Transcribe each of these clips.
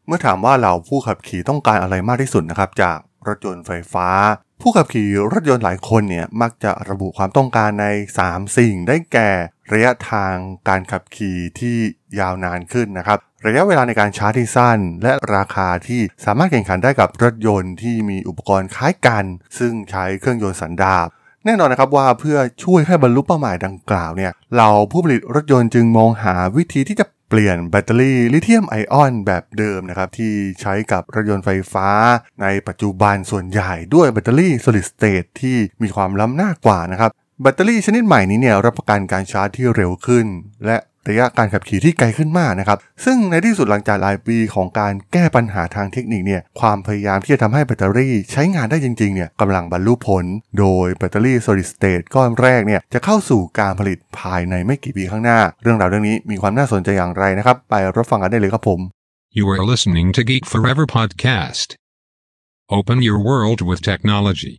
เมื่อถามว่าเหล่าผู้ขับขี่ต้องการอะไรมากที่สุดนะครับจากรถยนต์ไฟฟ้าผู้ขับขี่รถยนต์หลายคนเนี่ยมักจะระบุความต้องการใน3สิ่งได้แก่ระยะทางการขับขี่ที่ยาวนานขึ้นนะครับระยะเวลาในการชาร์จที่สั้นและราคาที่สามารถแข่งขันได้กับรถยนต์ที่มีอุปกรณ์คล้ายกันซึ่งใช้เครื่องยนต์สันดาปแน่นอนนะครับว่าเพื่อช่วยให้บรรลุเป้าหมายดังกล่าวเนี่ยเราผู้ผลิตรถยนต์จึงมองหาวิธีที่จะเปลี่ยนแบตเตอรี่ลิเธียมไอออนแบบเดิมนะครับที่ใช้กับรถยนต์ไฟฟ้าในปัจจุบันส่วนใหญ่ด้วยแบตเตอรี่ solid state ที่มีความล้ำหน้ากว่านะครับแบตเตอรี่ชนิดใหม่นี้เนี่ยรับประกันการชาร์จที่เร็วขึ้นและระยะการขับขี่ที่ไกลขึ้นมากนะครับซึ่งในที่สุดหลังจากหลายปีของการแก้ปัญหาทางเทคนิคเนี่ยความพยายามที่จะทำให้แบตเตอรี่ใช้งานได้จริงๆเนี่ยกำลังบรรลุผลโดยแบตเตอรี่ solid state ก้อนแรกเนี่ยจะเข้าสู่การผลิตภายในไม่กี่ปีข้างหน้าเรื่องราวเรื่องนี้มีความน่าสนใจอย่างไรนะครับไปรับฟังกันได้เลยครับผม You are listening to Geek Forever podcast. Open your world with technology.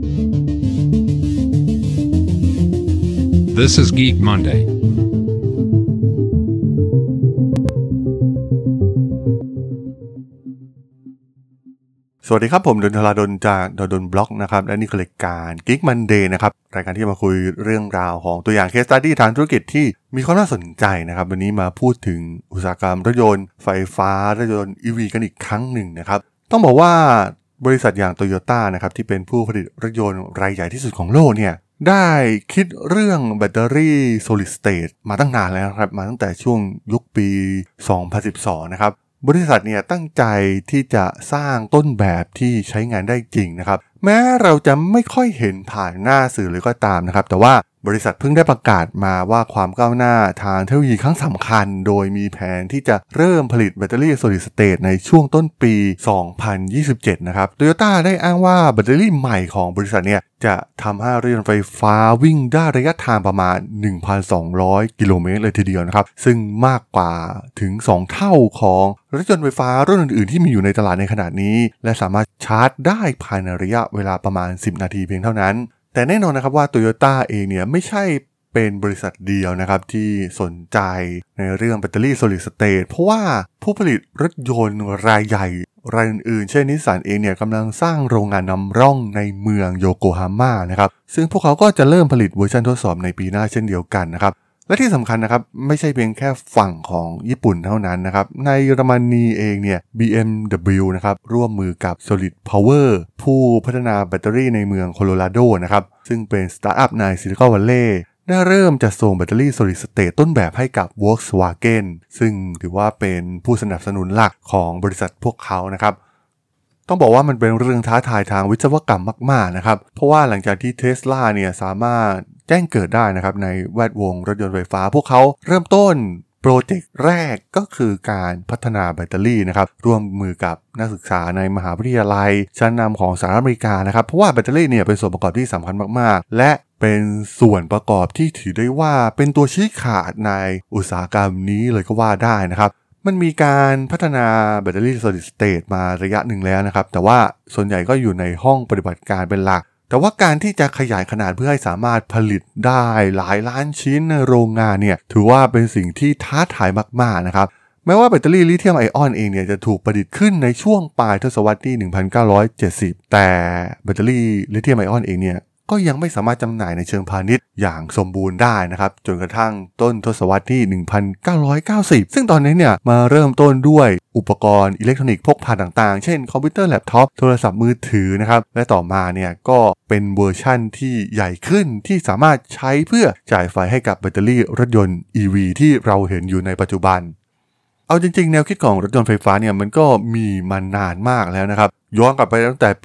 This is Geek Monday. สวัสดีครับผมดนทราดลจากดนบล็อกนะครับและนี่คือรายการ Geek Monday นะครับรายการที่มาคุยเรื่องราวของตัวอย่าง Case Study ทางธุรกิจที่มีความน่าสนใจนะครับวันนี้มาพูดถึงอุตสาหกรรมรถยนต์ไฟฟ้ารถยนต์ EV กันอีกครั้งหนึ่งนะครับต้องบอกว่าบริษัทอย่าง Toyota นะครับที่เป็นผู้ผลิตรถยนต์รายใหญ่ที่สุดของโลกเนี่ยได้คิดเรื่องแบตเตอรี่ Solid State มาตั้งนานแล้วครับมาตั้งแต่ช่วงยุคปี 2012 นะครับบริษัทเนี่ยตั้งใจที่จะสร้างต้นแบบที่ใช้งานได้จริงนะครับแม้เราจะไม่ค่อยเห็นผ่านหน้าสื่อเลยก็ตามนะครับแต่ว่าบริษัทเพิ่งได้ประกาศมาว่าความก้าวหน้าทางเทคโนโลยีครั้งสำคัญโดยมีแผนที่จะเริ่มผลิตแบตเตอรี่ Solid State ในช่วงต้นปี 2027 นะครับ Toyota ได้อ้างว่าแบตเตอรี่ใหม่ของบริษัทเนี่ยจะทำให้รถยนต์ไฟฟ้าวิ่งได้ระยะทางประมาณ 1,200 กิโลเมตรเลยทีเดียวนะครับซึ่งมากกว่าถึง 2 เท่าของรถยนต์ไฟฟ้ารุ่นอื่นๆที่มีอยู่ในตลาดในขณะนี้และสามารถชาร์จได้ภายในระยะเวลาประมาณ 10 นาทีเพียงเท่านั้นแต่แน่นอนนะครับว่า Toyota เองเนี่ยไม่ใช่เป็นบริษัทเดียวนะครับที่สนใจในเรื่องแบตเตอรี่ Solid State เพราะว่าผู้ผลิตรถยนต์รายใหญ่รายอื่นๆเช่นนิสสันเองเนี่ยกำลังสร้างโรงงานนำร่องในเมืองโยโกฮาม่านะครับซึ่งพวกเขาก็จะเริ่มผลิตเวอร์ชันทดสอบในปีหน้าเช่นเดียวกันนะครับและที่สำคัญนะครับไม่ใช่เพียงแค่ฝั่งของญี่ปุ่นเท่านั้นนะครับในเยอรมนีเองเนี่ย BMW นะครับร่วมมือกับ Solid Power ผู้พัฒนาแบตเตอรี่ในเมืองโคโลราโดนะครับซึ่งเป็นสตาร์ทอัพในซิลิคอนวัลเลย์ได้เริ่มจะส่งแบตเตอรี่ Solid State ต้นแบบให้กับ Volkswagen ซึ่งถือว่าเป็นผู้สนับสนุนหลักของบริษัทพวกเขานะครับต้องบอกว่ามันเป็นเรื่องท้าทายทางวิศวกรรมมากๆนะครับเพราะว่าหลังจากที่ Tesla เนี่ยสามารถแจ้งเกิดได้นะครับในแวดวงรถยนต์ไฟฟ้าพวกเขาเริ่มต้นโปรเจกต์แรกก็คือการพัฒนาแบตเตอรี่นะครับร่วมมือกับนักศึกษาในมหาวิทยาลัยชั้นนำของสหรัฐอเมริกานะครับเพราะว่าแบตเตอรี่เนี่ยเป็นส่วนประกอบที่สำคัญมากๆและเป็นส่วนประกอบที่ถือได้ว่าเป็นตัวชี้ขาดในอุตสาหกรรมนี้เลยก็ว่าได้นะครับมันมีการพัฒนาแบตเตอรี่ Solid State มาระยะหนึ่งแล้วนะครับแต่ว่าส่วนใหญ่ก็อยู่ในห้องปฏิบัติการเป็นหลักแต่ว่าการที่จะขยายขนาดเพื่อให้สามารถผลิตได้หลายล้านชิ้นในโรงงานเนี่ยถือว่าเป็นสิ่งที่ท้าทายมากๆนะครับแม้ว่าแบตเตอรี่ลิเธียมไอออนเองเนี่ยจะถูกประดิษฐ์ขึ้นในช่วงปลายทศวรรษที่ 1970 แต่แบตเตอรี่ลิเธียมไอออนเองเนี่ยก็ยังไม่สามารถจำหน่ายในเชิงพาณิชย์อย่างสมบูรณ์ได้นะครับจนกระทั่งต้นทศวรรษที่ 1990 ซึ่งตอนนี้เนี่ยมาเริ่มต้นด้วยอุปกรณ์อิเล็กทรอนิกส์พกพาต่างๆเช่นคอมพิวเตอร์แล็ปท็อปโทรศัพท์มือถือนะครับและต่อมาเนี่ยก็เป็นเวอร์ชั่นที่ใหญ่ขึ้นที่สามารถใช้เพื่อจ่ายไฟให้กับแบตเตอรี่รถยนต์ EV ที่เราเห็นอยู่ในปัจจุบันเอาจริงๆแนวคิดของรถยนต์ไฟฟ้าเนี่ยมันก็มีมานานมากแล้วนะครับย้อนกลับไปตั้งแต่ปี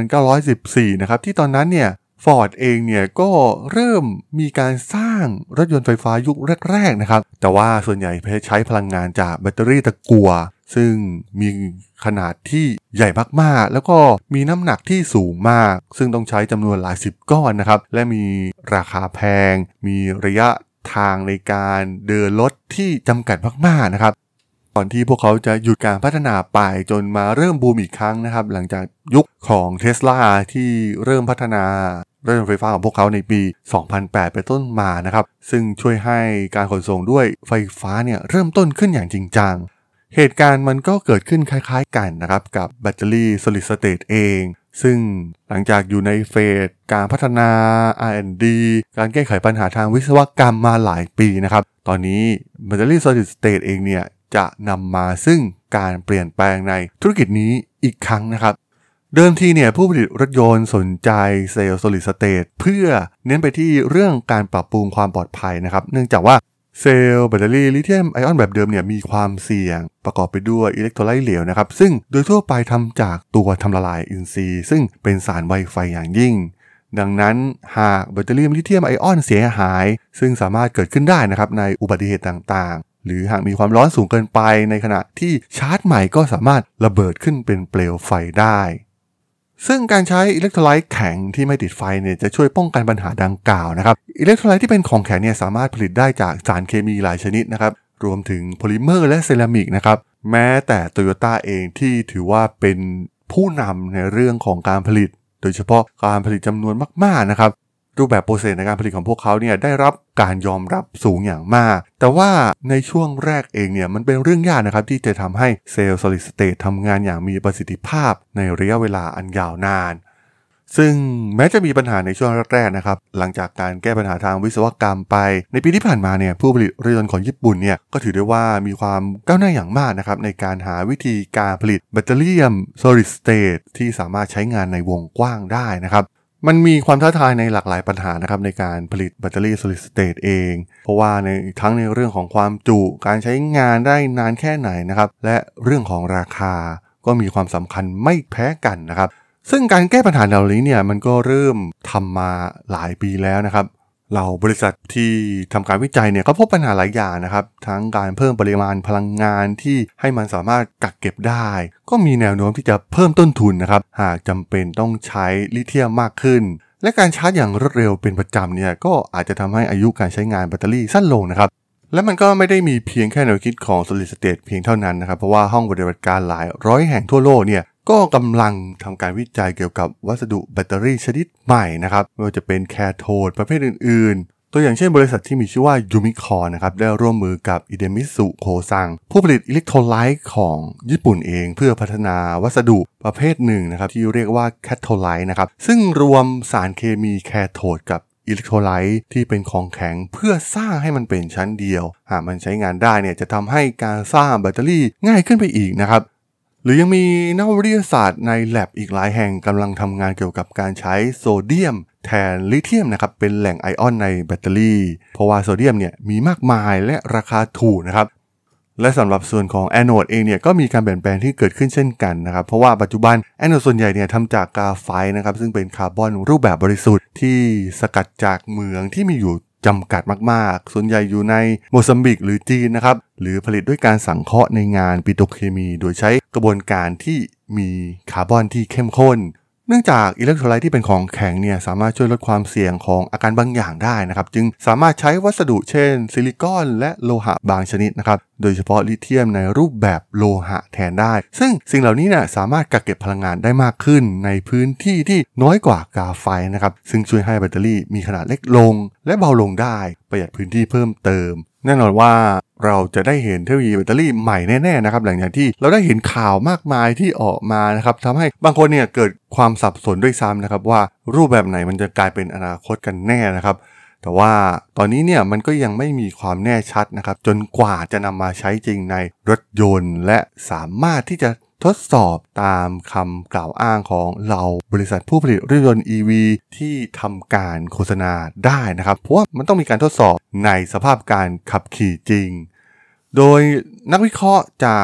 1914 นะครับที่ตอนนั้นเนี่ยFord เองเนี่ยก็เริ่มมีการสร้างรถยนต์ไฟฟ้ายุคแรกๆนะครับแต่ว่าส่วนใหญ่ใช้พลังงานจากแบตเตอรี่ตะกั่วซึ่งมีขนาดที่ใหญ่มากๆแล้วก็มีน้ำหนักที่สูงมากซึ่งต้องใช้จำนวนหลายสิบก้อนนะครับและมีราคาแพงมีระยะทางในการเดินรถที่จำกัดมากๆนะครับก่อนที่พวกเขาจะหยุดการพัฒนาไปจนมาเริ่มบูมอีกครั้งนะครับหลังจากยุคของ Tesla ที่เริ่มพัฒนารถยนต์ไฟฟ้าของพวกเขาในปี 2008 เป็นต้นมานะครับซึ่งช่วยให้การขนส่งด้วยไฟฟ้าเนี่ยเริ่มต้นขึ้นอย่างจริงจังเหตุการณ์มันก็เกิดขึ้นคล้ายๆกันนะครับกับแบตเตอรี่ solid state เองซึ่งหลังจากอยู่ในเฟสการพัฒนา R&D การแก้ไขปัญหาทางวิศวกรรมมาหลายปีนะครับตอนนี้แบตเตอรี่ solid state เองเนี่ยจะนำมาซึ่งการเปลี่ยนแปลงในธุรกิจนี้อีกครั้งนะครับเดิมทีเนี่ยผู้ผลิตรถยนต์สนใจเซลล์ solid state เพื่อเน้นไปที่เรื่องการปรับปรุงความปลอดภัยนะครับเนื่องจากว่าเซลล์แบตเตอรี่ลิเธียมไอออนแบบเดิมเนี่ยมีความเสี่ยงประกอบไปด้วยอิเล็กโทรไลต์เหลวนะครับซึ่งโดยทั่วไปทำจากตัวทำละลายอินทรีย์ซึ่งเป็นสารไวไฟอย่างยิ่งดังนั้นหากแบตเตอรี่ลิเธียมไอออนเสียหายซึ่งสามารถเกิดขึ้นได้นะครับในอุบัติเหตุต่างๆหรือหากมีความร้อนสูงเกินไปในขณะที่ชาร์จใหม่ก็สามารถระเบิดขึ้นเป็นเปลวไฟได้ซึ่งการใช้อิเล็กโทรไลต์แข็งที่ไม่ติดไฟเนี่ยจะช่วยป้องกันปัญหาดังกล่าวนะครับอิเล็กโทรไลต์ที่เป็นของแข็งเนี่ยสามารถผลิตได้จากสารเคมีหลายชนิดนะครับรวมถึงโพลิเมอร์และเซรามิกนะครับแม้แต่ Toyota เองที่ถือว่าเป็นผู้นำในเรื่องของการผลิตโดยเฉพาะการผลิตจำนวนมากๆนะครับรูปแบบโปรเซสในการผลิตของพวกเขาเนี่ยได้รับการยอมรับสูงอย่างมากแต่ว่าในช่วงแรกเองเนี่ยมันเป็นเรื่องยากนะครับที่จะทำให้เซลล์ solid state ทำงานอย่างมีประสิทธิภาพในระยะเวลาอันยาวนานซึ่งแม้จะมีปัญหาในช่วงแรกๆนะครับหลังจากการแก้ปัญหาทางวิศวกรรมไปในปีที่ผ่านมาเนี่ยผู้ผลิตรถยนต์ของญี่ปุ่นเนี่ยก็ถือได้ว่ามีความก้าวหน้าอย่างมากนะครับในการหาวิธีการผลิตแบตเตอรี่ solid state ที่สามารถใช้งานในวงกว้างได้นะครับมันมีความท้าทายในหลากหลายปัญหานะครับในการผลิตแบตเตอรี่ solid state เองเพราะว่าทั้งในเรื่องของความจุการใช้งานได้นานแค่ไหนนะครับและเรื่องของราคาก็มีความสำคัญไม่แพ้กันนะครับซึ่งการแก้ปัญหาเหล่านี้เนี่ยมันก็เริ่มทำมาหลายปีแล้วนะครับเราบริษัทที่ทำการวิจัยเนี่ยก็พบปัญหาหลายอย่างนะครับทั้งการเพิ่มปริมาณพลังงานที่ให้มันสามารถกักเก็บได้ก็มีแนวโน้มที่จะเพิ่มต้นทุนนะครับหากจำเป็นต้องใช้ลิเธียมมากขึ้นและการชาร์จอย่างรวดเร็วเป็นประจำเนี่ยก็อาจจะทำให้อายุการใช้งานแบตเตอรี่สั้นลงนะครับและมันก็ไม่ได้มีเพียงแค่แนวคิดของ solid state เพียงเท่านั้นนะครับเพราะว่าห้องปฏิบัติการหลายร้อยแห่งทั่วโลกเนี่ยก็กำลังทำการวิจัยเกี่ยวกับวัสดุแบตเตอรี่ชนิดใหม่นะครับไม่ว่าจะเป็นแคโทดประเภทอื่นๆตัวอย่างเช่นบริษัทที่มีชื่อว่ายูมิคอร์นะครับได้ร่วมมือกับอิเดมิสุโคซังผู้ผลิตอิเล็กโทรไลต์ของญี่ปุ่นเองเพื่อพัฒนาวัสดุประเภทหนึ่งนะครับที่เรียกว่าแคโทไลต์นะครับซึ่งรวมสารเคมีแคโทดกับอิเล็กโทรไลต์ที่เป็นของแข็งเพื่อสร้างให้มันเป็นชั้นเดียวหากมันใช้งานได้เนี่ยจะทำให้การสร้างแบตเตอรี่ง่ายขึ้นไปอีกนะครับหรือยังมีนักวิทยาศาสตร์ใน lab อีกหลายแห่งกำลังทำงานเกี่ยวกับการใช้โซเดียมแทนลิเธียมนะครับเป็นแหล่งไอออนในแบตเตอรี่เพราะว่าโซเดียมเนี่ยมีมากมายและราคาถูกนะครับและสำหรับส่วนของแอนโอดเองเนี่ยก็มีการเปลี่ยนแปลงที่เกิดขึ้นเช่นกันนะครับเพราะว่าปัจจุบันแอนโอดส่วนใหญ่เนี่ยทำจากกาไฟต์นะครับซึ่งเป็นคาร์บอนรูปแบบบริสุทธิ์ที่สกัดจากเหมืองที่มีอยู่จำกัดมากๆส่วนใหญ่อยู่ในโมซัมบิกหรือจีนนะครับหรือผลิตด้วยการสังเคราะห์ในงานปิโตรเคมีโดยใช้กระบวนการที่มีคาร์บอนที่เข้มข้นเนื่องจากอิเล็กโทรไลต์ที่เป็นของแข็งเนี่ยสามารถช่วยลดความเสี่ยงของอาการบางอย่างได้นะครับจึงสามารถใช้วัสดุเช่นซิลิคอนและโลหะบางชนิดนะครับโดยเฉพาะลิเธียมในรูปแบบโลหะแทนได้ซึ่งสิ่งเหล่านี้เนี่ยสามารถกักเก็บพลังงานได้มากขึ้นในพื้นที่ที่น้อยกว่ากาไฟนะครับซึ่งช่วยให้แบตเตอรี่มีขนาดเล็กลงและเบาลงได้ประหยัดพื้นที่เพิ่มเติมแน่นอนว่าเราจะได้เห็นเทคโนโลยีแบตเตอรี่ใหม่แน่ๆนะครับหลังจากที่เราได้เห็นข่าวมากมายที่ออกมานะครับทำให้บางคนเนี่ยเกิดความสับสนด้วยซ้ำนะครับว่ารูปแบบไหนมันจะกลายเป็นอนาคตกันแน่นะครับแต่ว่าตอนนี้เนี่ยมันก็ยังไม่มีความแน่ชัดนะครับจนกว่าจะนำมาใช้จริงในรถยนต์และสามารถที่จะทดสอบตามคำกล่าวอ้างของเราบริษัทผู้ผลิตรถยนต์ EV ที่ทำการโฆษณาได้นะครับเพราะว่ามันต้องมีการทดสอบในสภาพการขับขี่จริงโดยนักวิเคราะห์จาก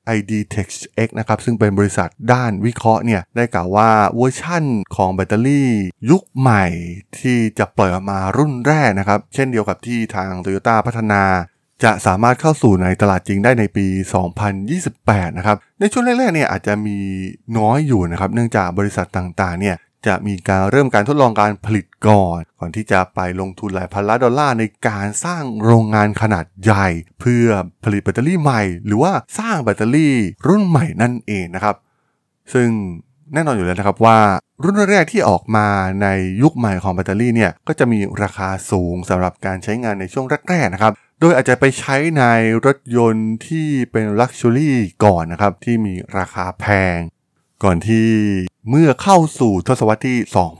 IDTechX นะครับซึ่งเป็นบริษัทด้านวิเคราะห์เนี่ยได้กล่าวว่าเวอร์ชั่นของแบตเตอรี่ยุคใหม่ที่จะปล่อยออกมารุ่นแรกนะครับเช่นเดียวกับที่ทาง Toyota พัฒนาจะสามารถเข้าสู่ในตลาดจริงได้ในปี 2028 นะครับในช่วงแรกๆเนี่ยอาจจะมีน้อยอยู่นะครับเนื่องจากบริษัทต่างๆเนี่ยจะมีการเริ่มการทดลองการผลิตก่อนที่จะไปลงทุนหลายพันล้านดอลลาร์ในการสร้างโรงงานขนาดใหญ่เพื่อผลิตแบตเตอรี่ใหม่หรือว่าสร้างแบตเตอรี่รุ่นใหม่นั่นเองนะครับซึ่งแน่นอนอยู่แล้วนะครับว่ารุ่นแรกที่ออกมาในยุคใหม่ของแบตเตอรี่เนี่ยก็จะมีราคาสูงสำหรับการใช้งานในช่วงแรกๆนะครับโดยอาจจะไปใช้ในรถยนต์ที่เป็น Luxury ก่อนนะครับที่มีราคาแพงก่อนที่เมื่อเข้าสู่ทศวรรษที่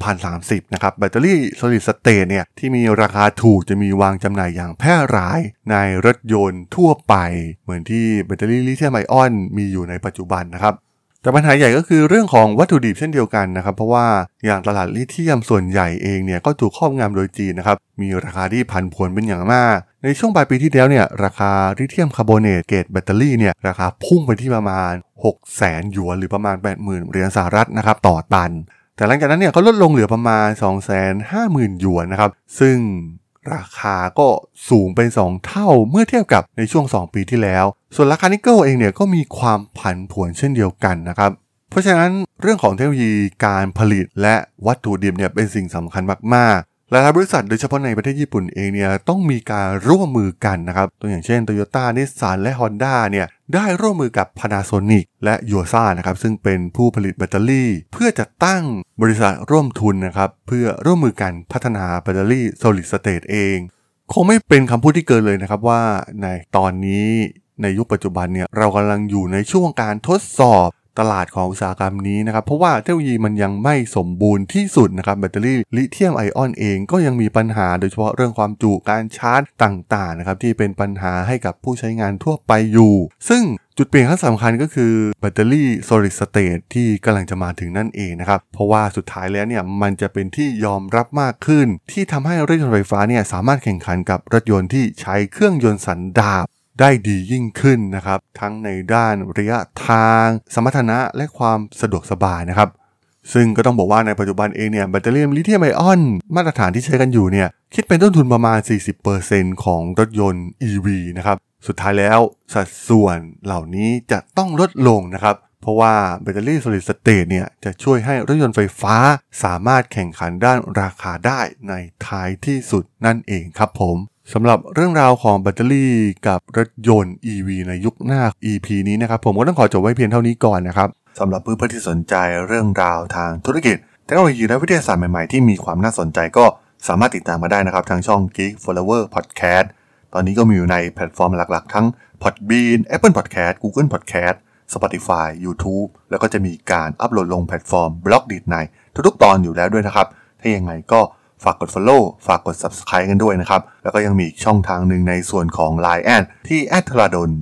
2030 นะครับแบตเตอรี่ Solid State เนี่ยที่มีราคาถูกจะมีวางจำหน่ายอย่างแพร่หลายในรถยนต์ทั่วไปเหมือนที่แบตเตอรี่ลิเธียมไอออนมีอยู่ในปัจจุบันนะครับแต่ปัญหาใหญ่ก็คือเรื่องของวัตถุดิบเช่นเดียวกันนะครับเพราะว่าอย่างตลาดลิเธียมส่วนใหญ่เองเนี่ยก็ถูกครอบงำโดยจีนนะครับมีราคาที่ผันผวนเป็นอย่างมากในช่วงปลายปีที่แล้วเนี่ยราคาลิเธียมคาร์บอเนตเกรดแบตเตอรี่เนี่ยราคาพุ่งไปที่ประมาณ 600,000 หยวนหรือประมาณ 80,000 เหรียญสหรัฐนะครับต่อตันแต่หลังจากนั้นเนี่ยก็ลดลงเหลือประมาณ 250,000 หยวนนะครับซึ่งราคาก็สูงเป็น2เท่าเมื่อเทียบกับในช่วง2ปีที่แล้วส่วนราคานิกเกิลเองเนี่ยก็มีความผันผวนเช่นเดียวกันนะครับเพราะฉะนั้นเรื่องของเทคโนโลยีการผลิตและวัตถุดิบเนี่ยเป็นสิ่งสำคัญมากๆหลายบริษัทโดยเฉพาะในประเทศญี่ปุ่นเองเนี่ยต้องมีการร่วมมือกันนะครับตัวอย่างเช่น Toyota Nissan และ Honda เนี่ยได้ร่วมมือกับ Panasonic และ Yuasa นะครับซึ่งเป็นผู้ผลิตแบตเตอรี่เพื่อจะตั้งบริษัทร่วมทุนนะครับเพื่อร่วมมือกันพัฒนาแบตเตอรี่ Solid State เองคงไม่เป็นคำพูดที่เกินเลยนะครับว่าในตอนนี้ในยุคปัจจุบันเนี่ยเรากำลังอยู่ในช่วงการทดสอบตลาดของอุตสาหกรรมนี้นะครับเพราะว่าเทคโนโลยีมันยังไม่สมบูรณ์ที่สุดนะครับแบตเตอรี่ลิเธียมไอออนเองก็ยังมีปัญหาโดยเฉพาะเรื่องความจุการชาร์จต่างๆนะครับที่เป็นปัญหาให้กับผู้ใช้งานทั่วไปอยู่ซึ่งจุดเปลี่ยนขั้นสำคัญก็คือแบตเตอรี่ Solid State ที่กำลังจะมาถึงนั่นเองนะครับเพราะว่าสุดท้ายแล้วเนี่ยมันจะเป็นที่ยอมรับมากขึ้นที่ทำให้รถยนต์ไฟฟ้าเนี่ยสามารถแข่งขันกับรถยนต์ที่ใช้เครื่องยนต์สันดาปได้ดียิ่งขึ้นนะครับทั้งในด้านระยะทางสมรรถนะและความสะดวกสบายนะครับซึ่งก็ต้องบอกว่าในปัจจุบันเองเนี่ยแบตเตอรี่ลิเธียมไอออนมาตรฐานที่ใช้กันอยู่เนี่ยคิดเป็นต้นทุนประมาณ 40% ของรถยนต์ EV นะครับสุดท้ายแล้วสัดส่วนเหล่านี้จะต้องลดลงนะครับเพราะว่าแบตเตอรี่ Solid State เนี่ยจะช่วยให้รถยนต์ไฟฟ้าสามารถแข่งขันด้านราคาได้ในท้ายที่สุดนั่นเองครับผมสำหรับเรื่องราวของแบตเตอรี่กับรถยนต์ EV ในยุคหน้า EP นี้นะครับผมก็ต้องขอจบไว้เพียงเท่านี้ก่อนนะครับสำหรับเพื่อนๆที่สนใจเรื่องราวทางธุรกิจเทคโนโลยีและวิทยาศาสตร์ใหม่ๆที่มีความน่าสนใจก็สามารถติดตามมาได้นะครับทางช่อง Geek Flower Podcast ตอนนี้ก็มีอยู่ในแพลตฟอร์มหลักๆทั้ง Podbean Apple Podcast Google Podcast Spotify YouTube แล้วก็จะมีการอัปโหลดลงแพลตฟอร์ม Blogdit ในทุกๆตอนอยู่แล้วด้วยนะครับถ้ายังไงก็ฝากกด follow ฝากกด subscribe กันด้วยนะครับแล้วก็ยังมีอีกช่องทางหนึ่งในส่วนของ Line แอดที่ @thradol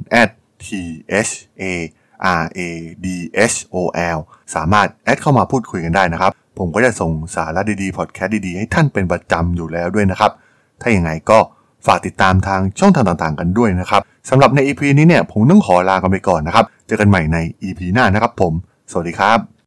@THARADSOL สามารถแอดเข้ามาพูดคุยกันได้นะครับผมก็จะส่งสาระดีๆพอดแคสต์ดีๆให้ท่านเป็นประจำอยู่แล้วด้วยนะครับถ้าอย่างไรก็ฝากติดตามทางช่องทางต่างๆกันด้วยนะครับสำหรับใน EP นี้เนี่ยผมต้องขอลากันไปก่อนนะครับเจอกันใหม่ใน EP หน้านะครับผมสวัสดีครับ